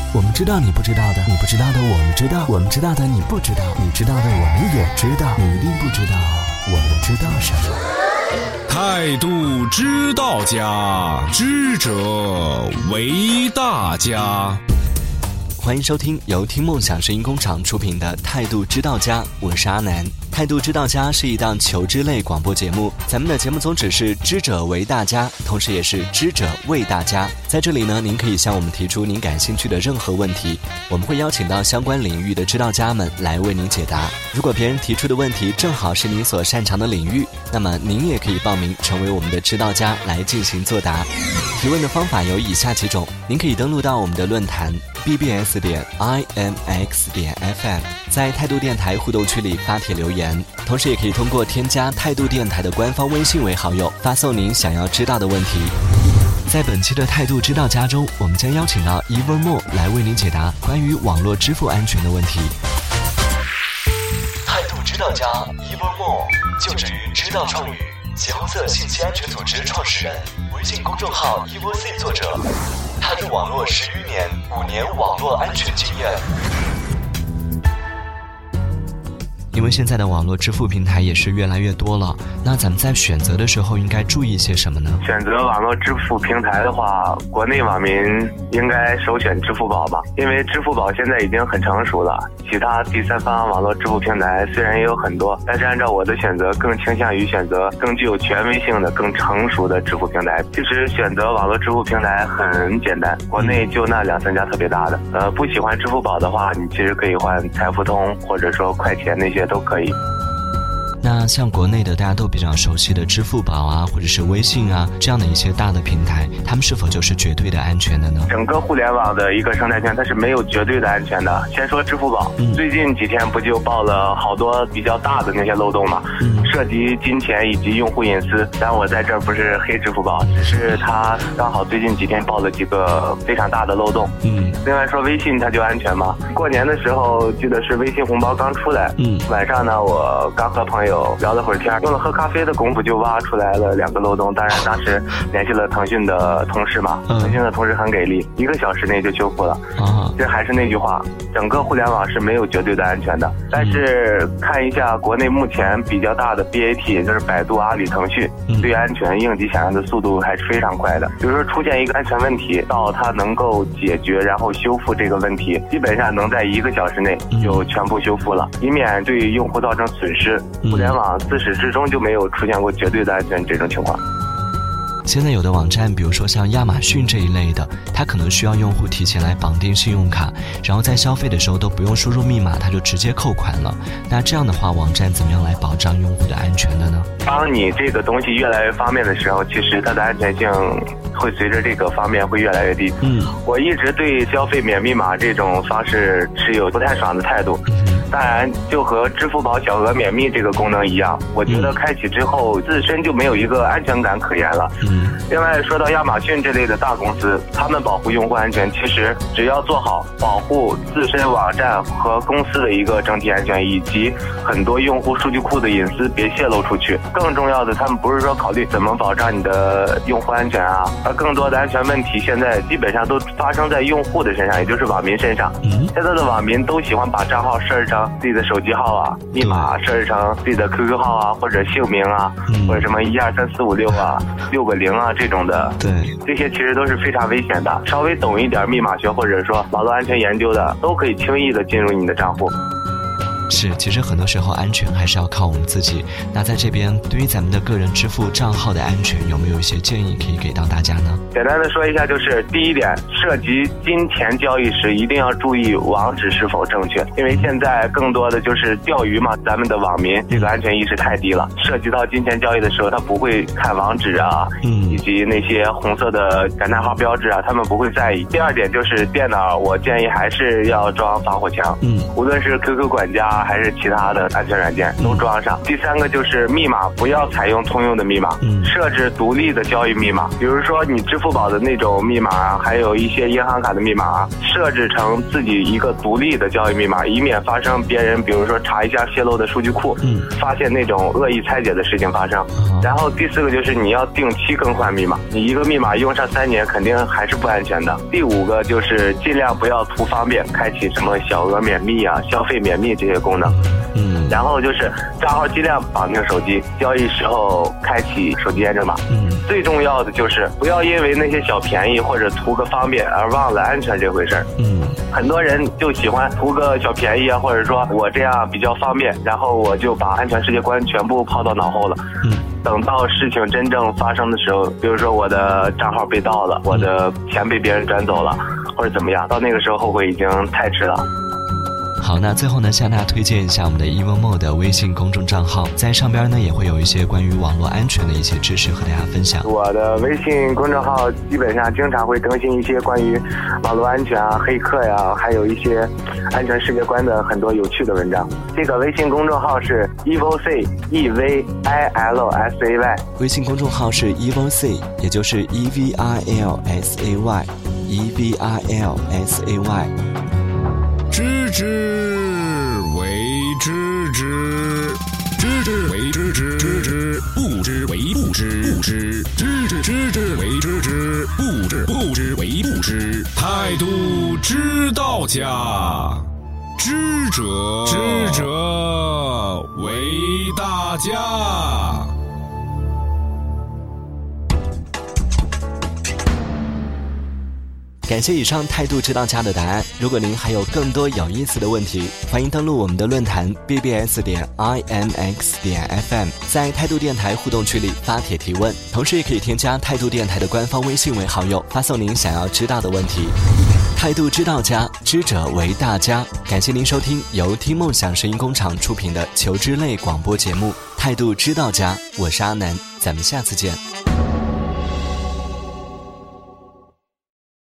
我们知道你不知道的，你不知道的我们知道，我们知道的你不知道，你知道的我们也知道，你一定不知道我们知道什么。 态度知道家，知者为大家。 欢迎收听由听梦想声音工厂出品的态度知道家，我是阿南。态度知道家是一档求知类广播节目，咱们的节目宗旨是知者为大家，同时也是知者为大家。在这里呢，您可以向我们提出您感兴趣的任何问题，我们会邀请到相关领域的知道家们来为您解答。如果别人提出的问题正好是您所擅长的领域，那么您也可以报名成为我们的知道家来进行作答。提问的方法有以下几种，您可以登录到我们的论坛bbs.imx.fm， 在态度电台互动区里发帖留言，同时也可以通过添加态度电台的官方微信为好友，发送您想要知道的问题。在本期的态度知道家中，我们将邀请到 Evermore 来为您解答关于网络支付安全的问题。态度知道家 Evermore 就职于知道创语茄红色信息安全组织创始人，微信公众号 EvoC 作者，踏入网络11年，5年网络安全经验。因为现在的网络支付平台也是越来越多了，那咱们在选择的时候应该注意些什么呢？ 选择网络支付平台的话，国内网民应该首选支付宝吧，因为支付宝现在已经很成熟了，其他第三方网络支付平台虽然也有很多，但是按照我的选择，更倾向于选择更具有权威性的、更成熟的支付平台。其实选择网络支付平台很简单，国内就那2-3家特别大的。不喜欢支付宝的话，你其实可以换财付通或者说快钱，那些都可以。 那像国内的大家都比较熟悉的支付宝啊，或者是微信啊，这样的一些大的平台，他们是否就是绝对的安全的呢？ 整个互联网的一个生态圈，它是没有绝对的安全的。先说支付宝，最近几天不就爆了好多比较大的那些漏洞嘛，涉及金钱以及用户隐私。但我在这儿不是黑支付宝，只是它刚好最近几天爆了几个非常大的漏洞。另外说微信它就安全吗？过年的时候记得是微信红包刚出来，晚上呢我刚和朋友聊了会儿天，用了喝咖啡的功夫就挖出来了2个漏洞。当然当时联系了腾讯的同事嘛，腾讯的同事很给力，1个小时内就修复了。这还是那句话，整个互联网是没有绝对的安全的。但是看一下国内目前比较大的 BAT， 也就是百度、阿里、腾讯，对安全应急响应的速度还是非常快的。比如说出现一个安全问题，到它能够解决然后修复这个问题，基本上能在1个小时内就全部修复了，以免对用户造成损失。互联网自始至终就没有出现过绝对的安全这种情况。 现在有的网站，比如说像亚马逊这一类的，它可能需要用户提前来绑定信用卡，然后在消费的时候都不用输入密码，它就直接扣款了。那这样的话，网站怎么样来保障用户的安全的呢？ 当你这个东西越来越方便的时候，其实它的安全性会随着这个方便会越来越低。我一直对消费免密码这种方式持有不太爽的态度。当然就和支付宝小额免密这个功能一样，我觉得开启之后自身就没有一个安全感可言了。另外说到亚马逊这类的大公司，他们保护用户安全，其实只要做好保护自身网站和公司的一个整体安全，以及很多用户数据库的隐私别泄露出去。更重要的，他们不是说考虑怎么保障你的用户安全啊，而更多的安全问题现在基本上都发生在用户的身上，也就是网民身上。现在的网民都喜欢把账号设置成自己的手机号啊，密码设置成自己的 QQ 号啊，或者姓名啊，或者什么12345啊，6个0啊这种的。 对， 这些其实都是非常危险的。稍微懂一点密码学或者说网络安全研究的，都可以轻易的进入你的账户。 是，其实很多时候安全还是要靠我们自己。那在这边，对于咱们的个人支付账号的安全，有没有一些建议可以给到大家呢？ 简单的说一下，就是第一点，涉及金钱交易时一定要注意网址是否正确，因为现在更多的就是钓鱼嘛，咱们的网民这个安全意识太低了，涉及到金钱交易的时候，他不会看网址啊，以及那些红色的感叹号标志啊，他们不会在意。第二点就是电脑，我建议还是要装防火墙，无论是 QQ 管家啊，还是其他的安全软件都装上。第三个就是密码不要采用通用的密码，设置独立的交易密码，比如说你支付宝的那种密码，还有一些银行卡的密码，设置成自己一个独立的交易密码，以免发生别人比如说查一下泄露的数据库，发现那种恶意拆解的事情发生。然后第四个就是你要定期更换密码，你一个密码用上3年肯定还是不安全的。第5个就是尽量不要图方便开启什么小额免密啊、消费免密这些功能。然后就是账号尽量绑定手机，交易时候开启手机验证码。最重要的就是不要因为那些小便宜或者图个方便而忘了安全这回事儿。很多人就喜欢图个小便宜啊，或者说我这样比较方便，然后我就把安全世界观全部抛到脑后了。等到事情真正发生的时候，比如说我的账号被盗了，我的钱被别人转走了，或者怎么样，到那个时候后悔已经太迟了。 好，那最后呢，向大家推荐一下我们的 EvoMo 的微信公众账号，在上边呢也会有一些关于网络安全的一些知识和大家分享。 我的微信公众号基本上经常会更新一些关于网络安全啊、黑客呀，还有一些安全世界观的很多有趣的文章。这个微信公众号是 EVOC EVILSAY， 微信公众号是 EVOC， 也就是 EVILSAY。 知之为知之，知之为知之，知之不知为不知，不知知之为知之，不知为不知。态度知道家，知者为大家。 感谢以上态度知道家的答案。如果您还有更多有意思的问题，欢迎登录我们的论坛 bbs.imx.fm， 在态度电台互动区里发帖提问，同时也可以添加态度电台的官方微信为好友，发送您想要知道的问题。态度知道家，知者为大家。感谢您收听由听梦想声音工厂出品的求知类广播节目《态度知道家》，我是阿南，咱们下次见。